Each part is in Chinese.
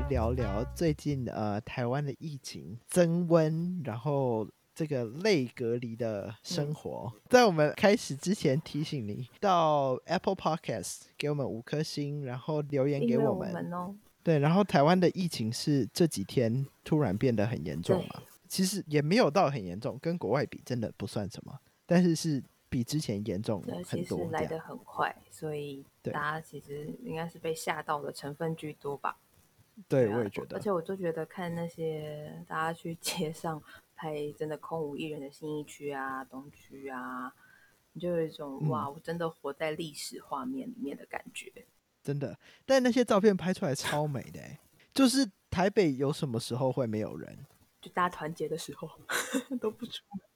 聊聊最近台湾的疫情增温，然后这个类隔离的生活。在我们开始之前，提醒你到 Apple Podcast 给我们5颗星，然后留言订阅我给我们。 们哦。 对，然后台湾的疫情是这几天突然变得很严重嘛？其实也没有到很严重，跟国外比真的不算什么，但是是比之前严重很多。 其实来得很快，所以大家其实应该是被吓到的成分居多吧。 对，我也觉得。 而且我就觉得看那些大家去街上拍真的空无一人的信义区啊、东区啊，你就有一种哇，我真的活在历史画面里面的感觉。 真的，但那些照片拍出来超美的就是台北有什么时候会没有人？ 就大家团结的时候都不出门。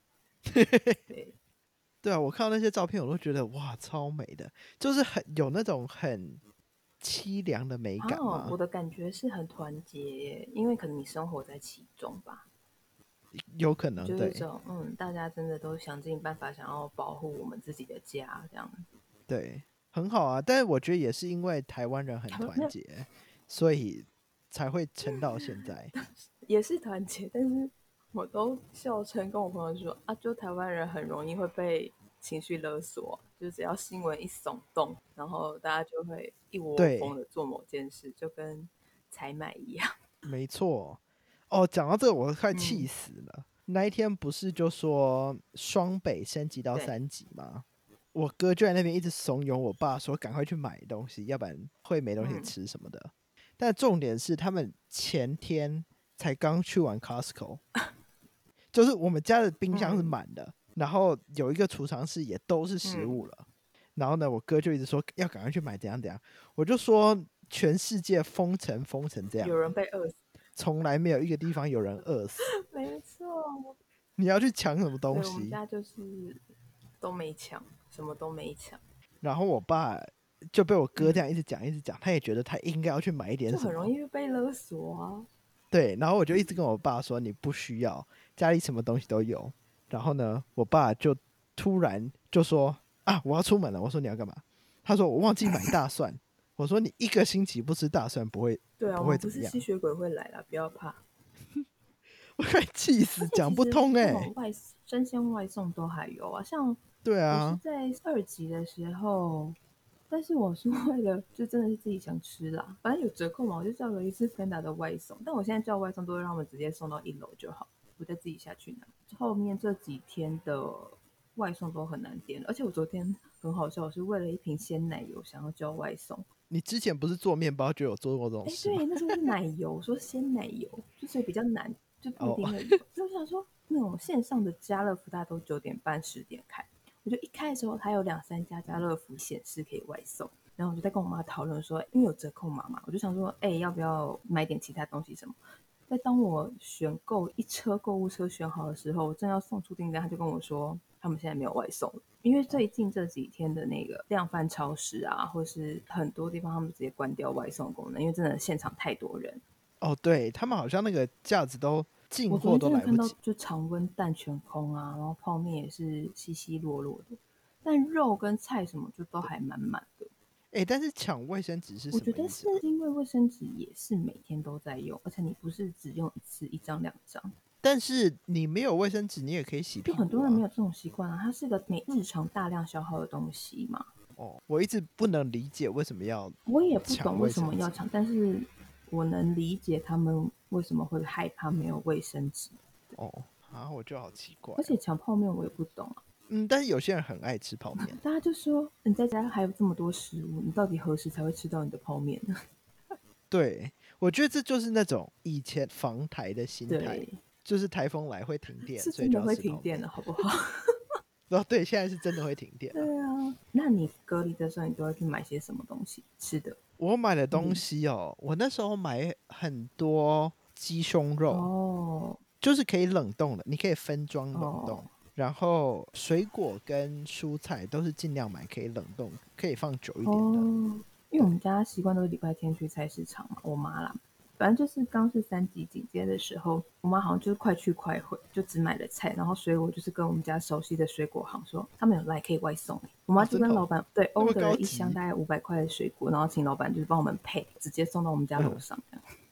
对啊，我看到那些照片，我都觉得哇，超美的，就是很有那种很凄凉的美感嘛。 我的感觉是很团结耶，因为可能你生活在其中吧。 有可能， 就是对， 这种大家真的都想尽办法想要保护我们自己的家，这样。 对，很好啊。但是我觉得也是因为台湾人很团结，所以才会撑到现在。 也是团结，但是我都笑称跟我朋友说啊，就台湾人很容易会被情绪勒索，就只要新闻一耸动，然后大家就会一窝蜂的做某件事，就跟采买一样。 没错。哦，讲到这个我快气死了。那一天不是就说双北升级到3级吗？我哥就在那边一直怂恿我爸说赶快去买东西，要不然会没东西吃什么的。但重点是他们前天才刚去完 Costco， 就是我们家的冰箱是满的，然后有一个储藏室也都是食物了。然后呢，我哥就一直说要赶快去买怎样怎样，我就说全世界封城这样， 有人被饿死， 从来没有一个地方有人饿死。 没错。 你要去抢什么东对，我们西？ 家就是都没抢，什么都没抢。 然后我爸就被我哥这样一直讲一直讲，他也觉得他应该要去买一点什么， 就很容易被勒索啊。 对，然后我就一直跟我爸说你不需要，家里什么东西都有。然后呢，我爸就突然就说啊，我要出门了。我说你要干嘛？他说我忘记买大蒜。我说你1个星期不吃大蒜不会对啊，我们不是不会怎么样？ 吸血鬼会来啦，不要怕。 我快气死，讲不通那种生鲜外送都还有啊，像对啊， 我是在2级的时候，但是我是为了就真的是自己想吃啦，反正有折扣嘛，我就叫了一次 Panda 的外送，但我现在叫外送都会让他们直接送到1楼就好，我再自己下去拿。后面这几天的外送都很难点，而且我昨天很好笑，我是为了一瓶鲜奶油想要叫外送。 你之前不是做面包就有做过这种事吗？ 对，那时候是奶油，我说鲜奶油，就所以比较难，就布丁而已。所以我想说，那种线上的家乐福大概都9点半10点开，我就一开的时候还有2-3家家乐福显示可以外送，然后我就在跟我妈讨论说，因为有折扣码嘛，我就想说，要不要买点其他东西什么？在当我选购一车购物车选好的时候，我正要送出订单，他就跟我说他们现在没有外送了，因为最近这几天的那个量贩超市啊，或是很多地方他们直接关掉外送功能，因为真的现场太多人。 对，他们好像那个架子都进我昨货天真的看到都来不及。 就常温蛋全空啊，然后泡面也是稀稀落落的，但肉跟菜什么就都还满满的。 但是抢卫生纸是我觉得是什么意思啊？ 因为卫生纸也是每天都在用，而且你不是只用一次1张2张。 但是你没有卫生纸，你也可以洗屁就很股啊。 多人没有这种习惯啊，它是个每日常大量消耗的东西嘛。 我一直不能理解为什么要我也不抢懂为卫生纸。 什么要抢，但是我能理解他们为什么会害怕没有卫生纸。 我觉得好奇怪而且抢泡面我也不懂啊。 但是有些人很爱吃泡面。 大家就说你在家还有这么多食物，你到底何时才会吃到你的泡面呢？ 对，我觉得这就是那种以前防台的心态，就是台风来会停电， 是所以就要真的会吃泡面停电了，好不好？ 对，现在是真的会停电了。 对啊，那你隔离的时候，你都会去买些什么东西吃的？ 我买的东西我那时候买很多鸡胸肉，就是可以冷冻的，你可以分装冷冻。然后水果跟蔬菜都是尽量买可以冷冻，可以放久一点的。 因为我们家习惯都是礼拜天去菜市场嘛，我妈啦。反正就是刚是3级警戒的时候，我妈好像就是快去快回，就只买了菜，然后水果就是跟我们家熟悉的水果行说他们有来可以外送。我妈就跟老板对order了1箱大概500块的水果，然后请老板就是帮我们配，直接送到我们家楼上。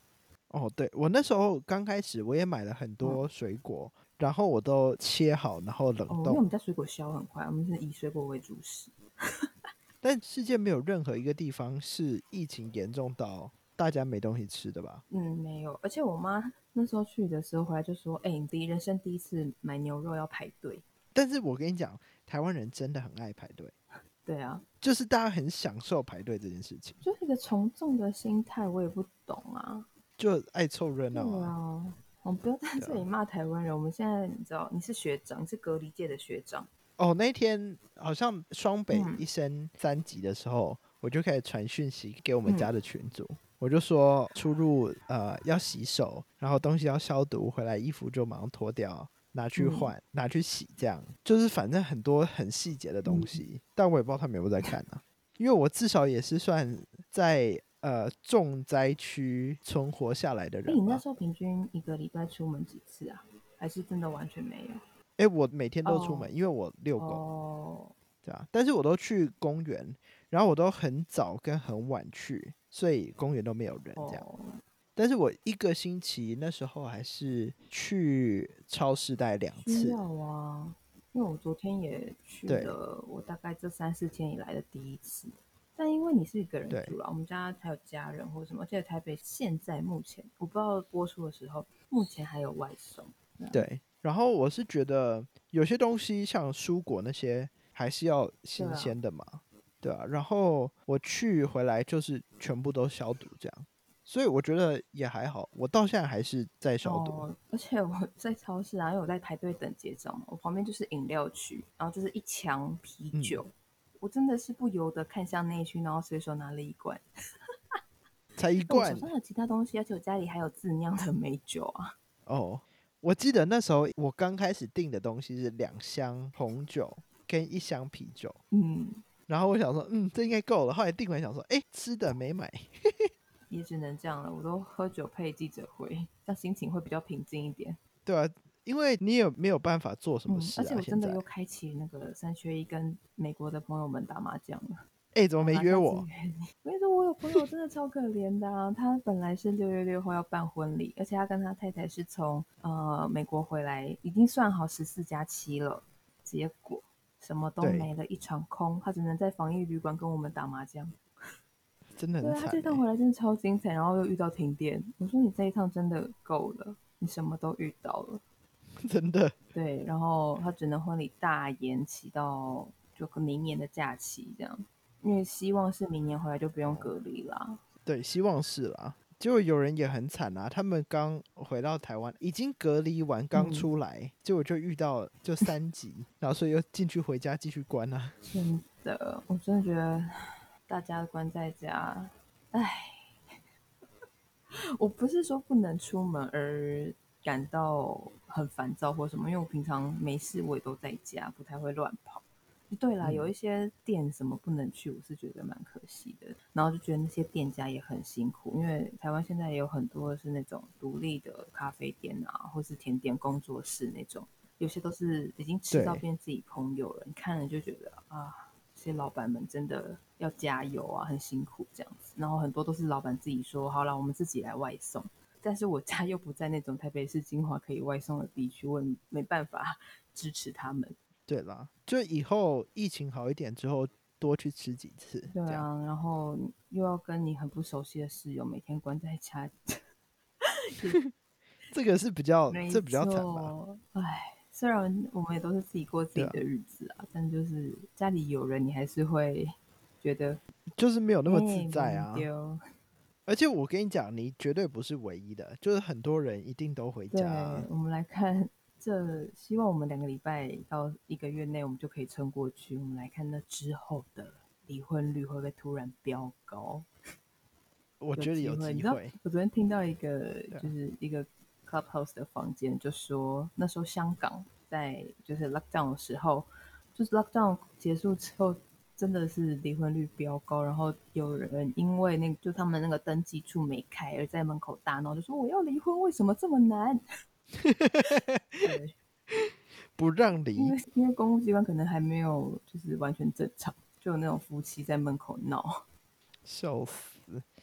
哦，对，我那时候刚开始我也买了很嗯， 多水果，然后我都切好，然后冷哦，因为我冻。 们家水果销很快，我们是以水果为主食。 但世界没有任何一个地方是疫情严重到大家没东西吃的吧？ 嗯，没有，而且我妈那时候去的时候回来就说：“哎、你人生第一次买牛肉要排队。” 但是我跟你讲，台湾人真的很爱排队， 对啊， 就是大家很享受排队这件事情， 就是一个从众的心态，我也不懂啊。 就爱凑热闹对啊， 啊，我们不要在对啊。 这里骂台湾人。我们现在你知道，你是学长，你是隔离界的学长。 哦，那天好像双北嗯一升3级的时候，我就开始传讯息给我们嗯家的群组，我就说出入要洗手，然后东西要消毒，回来衣服就马上脱掉，拿去嗯换，拿去洗，这样就是反正很多很细节的东嗯， 西，但我也不知道他们有没有在看啊，因为我至少也是算在重灾区存活下来的哎， 人吧。 你那时候平均一个礼拜出门几次啊？还是真的完全没有？ 诶，我每天都出哦门，因为我遛狗。 哦对啊，但是我都去公园，然后我都很早跟很晚去，所以公园都没有人这样。 哦， 但是我一个星期那时候还是去超市大概2次。 需要啊，因为我昨天也去对了，我大概这3、4天以来的第一次。但因为你是一个人住对了，我们家还有家人或什么，而且台北现在目前我不知道播出的时候，目前还有外送。对啊， 对，然后我是觉得有些东西像蔬果那些还是要新对啊， 鲜的嘛，对啊，然后我去回来就是全部都消毒这样，所以我觉得也还好，我到现在还是在消毒。 哦，而且我在超市啊，因为我在排队等结账嘛，我旁边就是饮料区，然后就是一墙啤嗯， 酒，我真的是不由得看向那一区，然后随手拿了一罐。 才一罐那我手上有其他东西，而且我家里还有自酿的美酒啊。 哦，我记得那时候我刚开始订的东西是2箱红酒跟1箱啤酒， 嗯， 然后我想说，这应该够了。后来订完想说，哎，吃的没买， 也只能这样了。我都喝酒配记者会，这样心情会比较平静一点。 对啊，因为你也没有办法做什么嗯，而事啊。 且我真的现在， 又开启那个3缺1跟美国的朋友们打麻将了。 哎，怎么好啦，下次约没约我？ 你。我跟你说，我有朋友真的超可怜的啊，他本来是6月6号要办婚礼，而且他跟他太太是从美国回来，已经算好14+7了，结果什么都对， 没了，一场空，他只能在防疫旅馆跟我们打麻将。 真的很对啊，他这趟惨哎， 回来真的超精彩，然后又遇到停电。我说你这一趟真的够了，你什么都遇到了。 真的。 对，然后他只能婚礼大延期到就明年的假期这样，因为希望是明年回来就不用哦， 隔离啦。 对，希望是啦。结果有人也很惨啊，他们刚回到台湾，已经隔离完，刚嗯， 出来，结果就遇到就3级，然后所以又进去回家继续关啊。 真的，我真的觉得大家关在家，唉，我不是说不能出门而感到很烦躁或什么，因为我平常没事我也都在家，不太会乱跑。对啦，有嗯， 一些店什么不能去，我是觉得蛮可惜的。然后就觉得那些店家也很辛苦，因为台湾现在也有很多是那种独立的咖啡店啊，或是甜点工作室那种，有些都是已经吃到对变自己朋友了，你看了就觉得啊，这些老板们真的要加油啊，很辛苦这样子。然后很多都是老板自己说，好了，我们自己来外送。但是我家又不在那种台北市精华可以外送的地区，我也没办法支持他们。 对啦，就以后疫情好一点之后，多去吃几次，这样。 对啊，然后又要跟你很不熟悉的室友每天关在家， 这个是比较， 没这比较惨吧？ 错。唉，虽然我们也都是自己过自己对啊， 的日子啊，但就是家里有人，你还是会觉得， 就是没有那么自哎， 在啊。 忘丢。 而且我跟你讲，你绝对不是唯一的，就是很多人一定都回家对， 啊。 我们来看这，希望我们2个礼拜到1个月内，我们就可以撑过去。我们来看那之后的离婚率会不会突然飙高？有我觉得有机会，你知道， 机会。 我昨天听到一个对啊， 就是一个 Clubhouse 的房间，就说那时候香港在就是 lockdown 的时候，就是 lockdown 结束之后，真的是离婚率飙高，然后有人因为那个就他们那个登记处没开，而在门口大闹，就说我要离婚，为什么这么难？对， 不让离， 因为公务机关可能还没有就是完全正常，就有那种夫妻在门口闹。 笑死。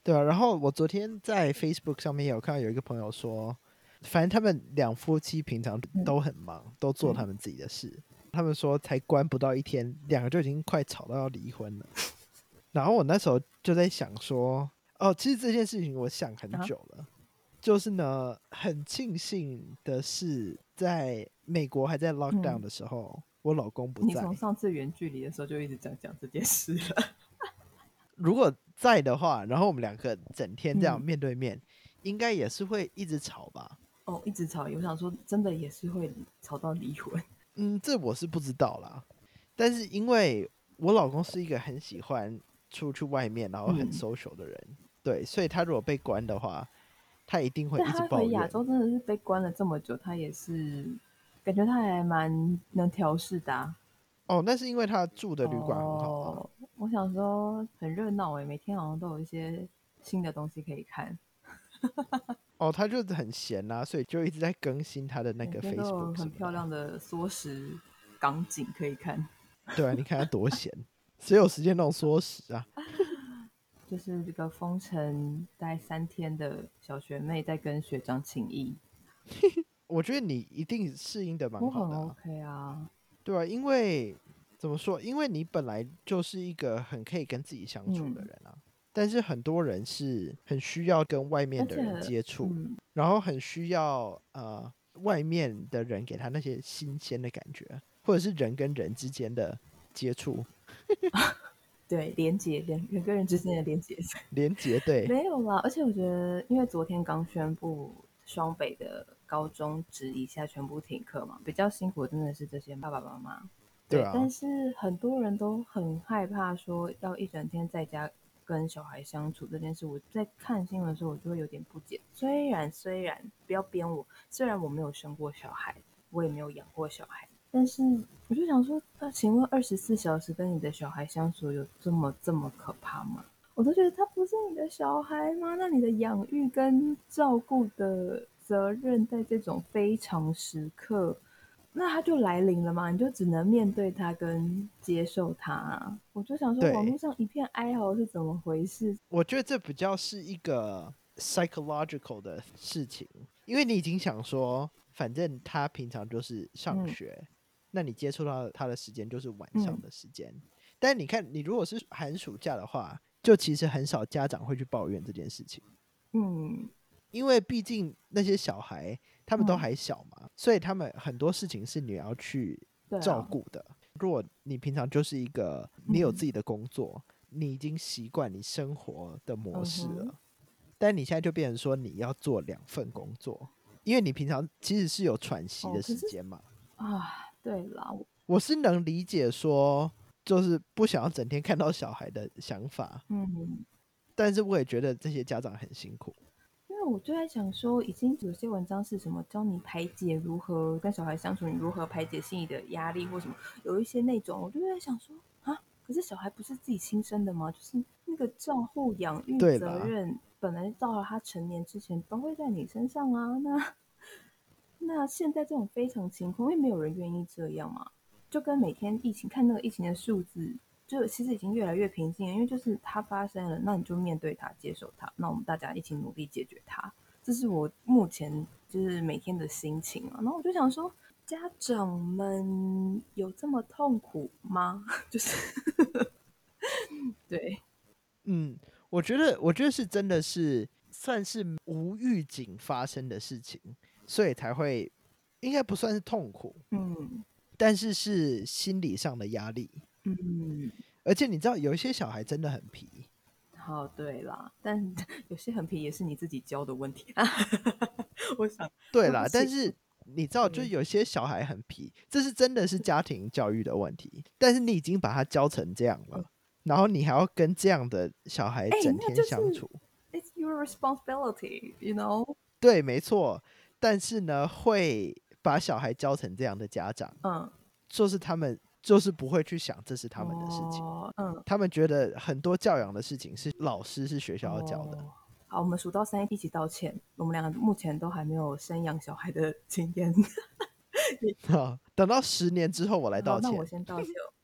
对啊，然后我昨天在 Facebook 上面也有看到有一个朋友说，反正他们两夫妻平常都很忙，都做他们自己的事。他们说才关不到一天，两个就已经快吵到要离婚了。然后我那时候就在想说，哦，其实这件事情我想很久了，就是呢，很庆幸的是，在美国还在 lockdown 的时候，我老公不在。 你从上次远距离的时候就一直讲这件事了。 如果在的话，然后我们两个整天这样面对面，应该也是会一直吵吧？ 哦，一直吵，我想说，真的也是会吵到离婚。 这我是不知道啦。但是因为我老公是一个很喜欢出去外面，然后很 social 的人，对，所以他如果被关的话，他一定会一直但他回亚抱怨。 洲真的是被关了这么久，他也是感觉他还蛮能调试的啊。 哦，那是因为他住的旅馆很好啊。 我想说很热闹每天好像都有一些新的东西可以看。 哦，他就是很闲啊，所以就一直在更新他的那个每天都有 Facebook 什很么的啊。 漂亮的缩时港景可以看。 对啊，你看他多闲，谁有时间弄缩时啊？ 就是这个封城大概3天的小学妹在跟学长请益。 我觉得你一定适应的蛮我很好的啊。 OK 啊。 对啊，因为怎么说？因为你本来就是一个很可以跟自己相处的人啊。但是很多人是很需要跟外面的人接触，然后很需要外面的人给他那些新鲜的感觉，或者是人跟人之间的接触。 对，连结人跟人之间的连结。 连结，对。 没有啦，而且我觉得，因为昨天刚宣布双北的高中职以下全部停课嘛，比较辛苦的真的是这些爸爸妈妈。对，但是很多人都很害怕说要一整天在家跟小孩相处这件事。我在看新闻的时候，我就会有点不解。虽然不要编我，虽然我没有生过小孩，我也没有养过小孩，但是我就想说，请问24小时跟你的小孩相处有这么可怕吗？我都觉得他不是你的小孩吗？那你的养育跟照顾的责任，在这种非常时刻，那他就来临了嘛？你就只能面对他跟接受他啊。我就想说，网络上一片哀嚎是怎么回事？ 我觉得这比较是一个 psychological 的事情，因为你已经想说，反正他平常就是上学，那你接触到他的时间就是晚上的时间。但你看，你如果是寒暑假的话，就其实很少家长会去抱怨这件事情。因为毕竟那些小孩他们都还小嘛，所以他们很多事情是你要去照顾的。如果你平常就是一个你有自己的工作，你已经习惯你生活的模式了，但你现在就变成说你要做2份工作，因为你平常其实是有喘息的时间嘛。 对啦， 我是能理解说就是不想要整天看到小孩的想法，但是我也觉得这些家长很辛苦。 因为我就在想说，已经有些文章是什么教你排解如何跟小孩相处，你如何排解心理的压力或什么，有一些那种，我就在想说啊，可是小孩不是自己亲生的吗？就是那个照护养育责任，本来到了他成年之前都会在你身上啊。那现在这种非常情况，因为没有人愿意这样嘛，就跟每天疫情看那个疫情的数字，就其实已经越来越平静了。因为就是它发生了，那你就面对它，接受它，那我们大家一起努力解决它。这是我目前就是每天的心情啊。然后我就想说，家长们有这么痛苦吗？就是对， 我觉得是真的是算是无预警发生的事情，所以才会应该不算是痛苦，但是是心理上的压力。而且你知道有一些小孩真的很皮。 好，对啦，但有些很皮也是你自己教的问题。我想， 对啦，但是你知道，就有些小孩很皮，这是真的是家庭教育的问题。但是你已经把他教成这样了，然后你还要跟这样的小孩整天相处， It's your responsibility, you know？ 对，没错。但是呢，会把小孩教成这样的家长，就是他们就是不会去想这是他们的事情。他们觉得很多教养的事情是老师是学校要教的。 好，我们数到3一起道歉。我们两个目前都还没有生养小孩的经验。 等到10年之后我来道歉。 那我先道歉。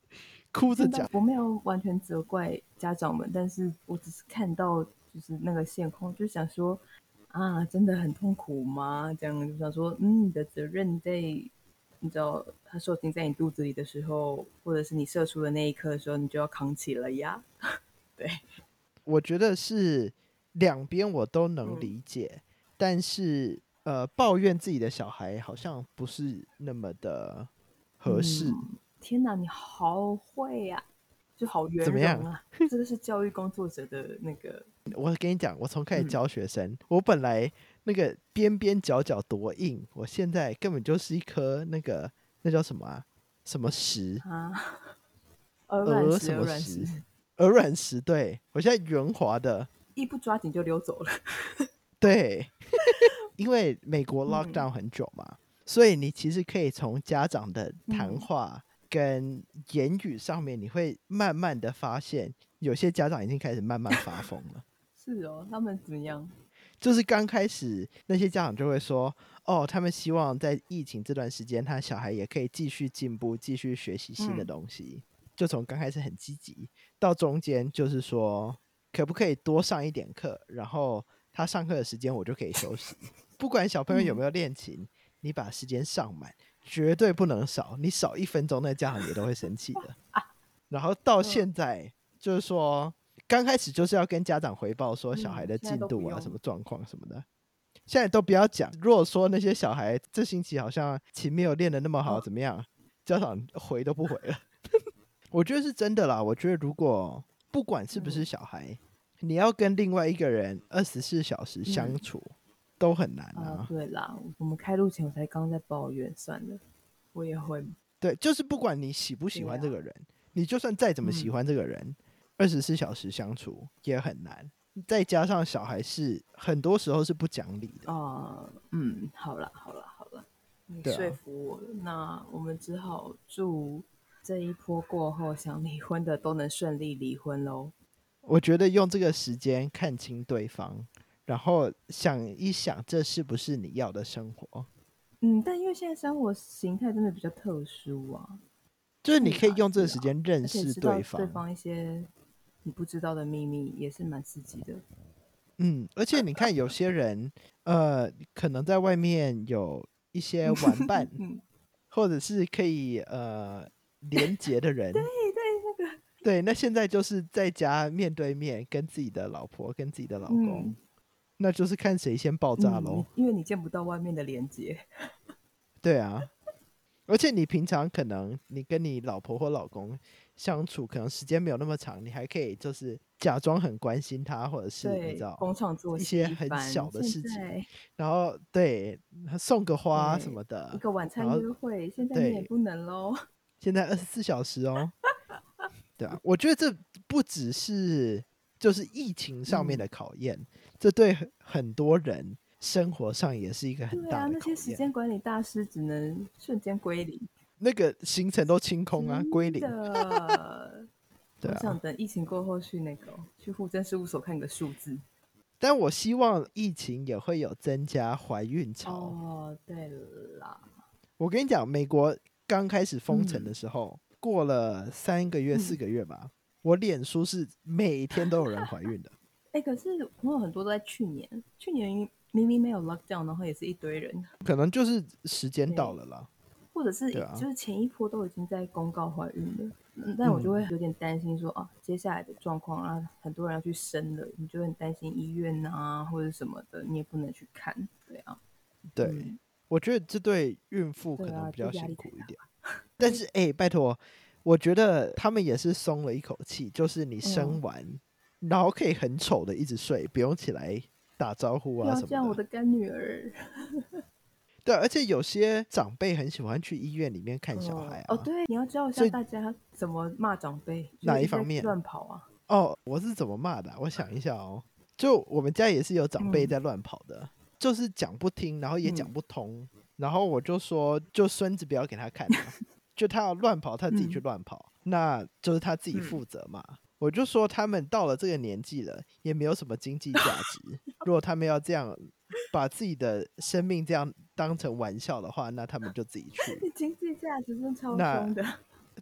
哭着讲。 我没有完全责怪家长们，但是我只是看到就是那个现况，就想说啊，真的很痛苦吗？这样就想说，你的责任在，你知道他受精在你肚子里的时候，或者是你射出的那一刻的时候，你就要扛起了呀。对， 我觉得是两边我都能理解，但是抱怨自己的小孩好像不是那么的合适。 天哪，你好会呀、就好圆怎么样？ 融啊！这个是教育工作者的那个， 我跟你讲，我从开始教学生，我本来那个边边角角多硬，我现在根本就是一颗那叫什么啊？什么石？ 啊，鹅卵鹅石，鹅什么石？ 卵石， 鹅卵石。对，我现在圆滑的。 一不抓紧就溜走了。 对，因为美国 lockdown 很久嘛，所以你其实可以从家长的谈话跟言语上面，你会慢慢的发现，有些家长已经开始慢慢发疯了。 是哦，他们怎么样？ 就是刚开始那些家长就会说，哦，他们希望在疫情这段时间，他小孩也可以继续进步，继续学习新的东西。就从刚开始很积极，到中间就是说，可不可以多上一点课，然后他上课的时间我就可以休息。不管小朋友有没有练琴，你把时间上满，绝对不能少。你少1分钟，那家长也都会生气的。然后到现在就是说，刚开始就是要跟家长回报说小孩的进度啊，什么状况什么的。现在都不要讲。如果说那些小孩这星期好像琴没有练得那么好，怎么样？家长回都不回了。我觉得是真的啦。我觉得如果不管是不是小孩，你要跟另外一个人24小时相处，都很难啊。 对啦，我们开录前我才刚在抱怨，算了，我也会。 对，就是不管你喜不喜欢这个人，你就算再怎么喜欢这个人，24小时相处也很难。再加上小孩是很多时候是不讲理的。 好了，你说服我了。那我们只好祝这一波过后想离婚的都能顺利离婚咯。 我觉得用这个时间看清对方，然后想一想这是不是你要的生活。 但因为现在生活形态真的比较特殊啊， 就是你可以用这个时间认而且识知道对方。 对方一些你不知道的秘密，也是蛮刺激的。 而且你看有些人可能在外面有一些玩伴或者是可以连结的人。对，那现在就是在家面对面跟自己的老婆跟自己的老公，那就是看谁先爆炸咯。 因为你见不到外面的连接。 对啊，而且你平常可能你跟你老婆或老公相处可能时间没有那么长，你还可以就是假装很关心他，或者是你知道工厂做一些很小的事情，然后对送个花什么的， 一个晚餐约会，现在你也不能咯。 现在24小时哦。对啊，我觉得这不只是就是疫情上面的考验，这对很多人生活上也是一个很大的考验。 那些时间管理大师只能瞬间归零， 那个行程都清空啊，归零。 对啊，我想等疫情过后去去户政事务所看个数字。 但我希望疫情也会有增加怀孕潮。 对啦， 我跟你讲，美国刚开始封城的时候，过了3个月、4个月吧，我脸书是每天都有人怀孕的。 可是我有很多都在去年明明没有 lockdown， 然后也是一堆人， 可能就是时间到了啦， 或者是就是前一波都已经在公告怀孕了，但我就会有点担心说接下来的状况啊，很多人要去生了，你就很担心医院啊或者什么的，你也不能去看，对啊， 对，我觉得这对孕妇可能比较辛苦一点，但是拜托，我觉得他们也是松了一口气，就是你生完，然后可以很丑的一直睡，不用起来打招呼啊什么的。 不要这样，我的干女儿。 对，而且有些长辈很喜欢去医院里面看小孩啊。 对，你要教一下大家怎么骂长辈， 哪一方面？ 乱跑啊？我是怎么骂的我想一下就我们家也是有长辈在乱跑的，就是讲不听，然后也讲不通，然后我就说，就孙子不要给他看就他要乱跑，他自己去乱跑，那就是他自己负责嘛。我就说他们到了这个年纪了，也没有什么经济价值。如果他们要这样把自己的生命这样当成玩笑的话，那他们就自己去。 经济价值真超凶的。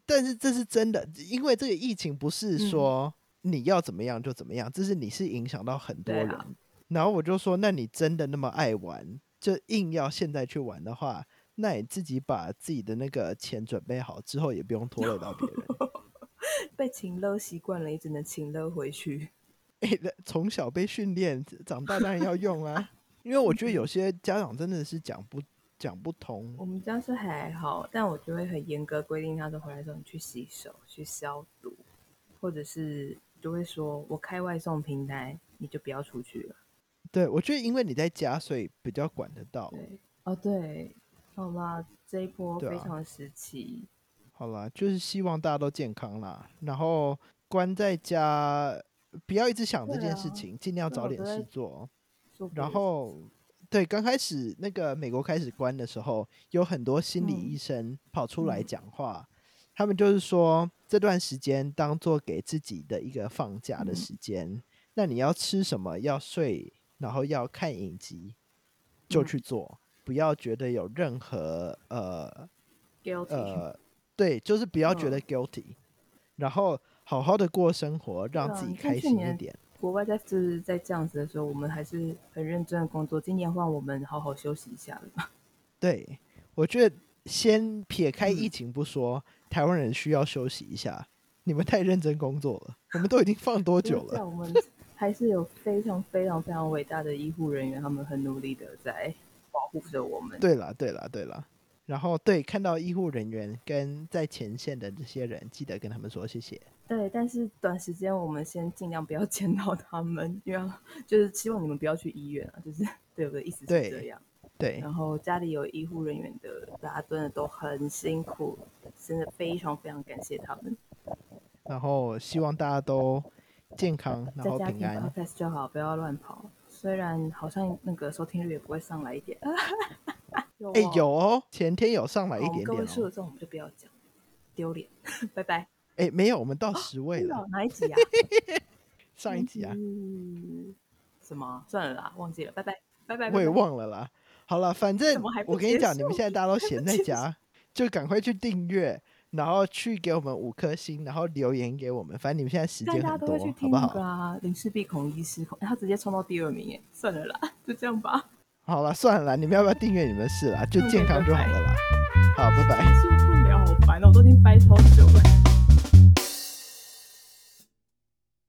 但是这是真的，因为这个疫情不是说你要怎么样就怎么样，这是你是影响到很多人。然后我就说，那你真的那么爱玩，就硬要现在去玩的话，那你自己把自己的那个钱准备好之后，也不用拖累到别人。 被情勒习惯了，也只能情勒回去。 从小被训练，长大当然要用啊。因为我觉得有些家长真的是讲不通。 我们家是还好，但我就会很严格规定他说回来的时候你去洗手、去消毒，或者是就会说我开外送平台，你就不要出去了。 对，我觉得因为你在家，所以比较管得到。 对，对，好啦，这一波非常时期。 好啦，就是希望大家都健康啦，然后关在家，不要一直想这件事情，尽量找点事做。然后，对，刚开始那个美国开始关的时候，有很多心理医生跑出来讲话，他们就是说这段时间当做给自己的一个放假的时间，那你要吃什么，要睡，然后要看影集，就去做，不要觉得有任何对，就是不要觉得 guilty，然后好好的过生活，让自己开心一点。 国外在这样子的时候，我们还是很认真的工作。今年换我们好好休息一下了。 对，我觉得先撇开疫情不说，台湾人需要休息一下。你们太认真工作了，我们都已经放多久了？ 我们还是有非常非常非常伟大的医护人员，他们很努力的在保护着我们。 对啦。然后对，看到医护人员跟在前线的这些人，记得跟他们说谢谢。 对，但是短时间我们先尽量不要见到他们，因为就是希望你们不要去医院啊，就是对我的意思是这样。 对。 然后家里有医护人员的，大家真的都很辛苦，真的非常非常感谢他们。 然后希望大家都健康，然后平安。 在家听 podcast 就好，不要乱跑。虽然好像那个收听率也不会上来一点。 有哦，前天有上来一点点。 各位数的这种我们就不要讲，丢脸。拜拜。 没有，我们到10位了。 哪一集啊？ 上一集啊。 什么？算了啦，忘记了。拜拜。 我也忘了啦。好了，反正我跟你讲，你们现在大家都闲在家，就赶快去订阅，然后去给我们5颗星，然后留言给我们。反正你们现在时间很多，好不好？ 林氏璧孔医师，他直接冲到第2名耶！算了啦，就这样吧。 好了，算了啦，你们要不要订阅你们的事啦？就健康就好了啦。好，拜拜。 受不了，好烦哦，我都已经掰超久了。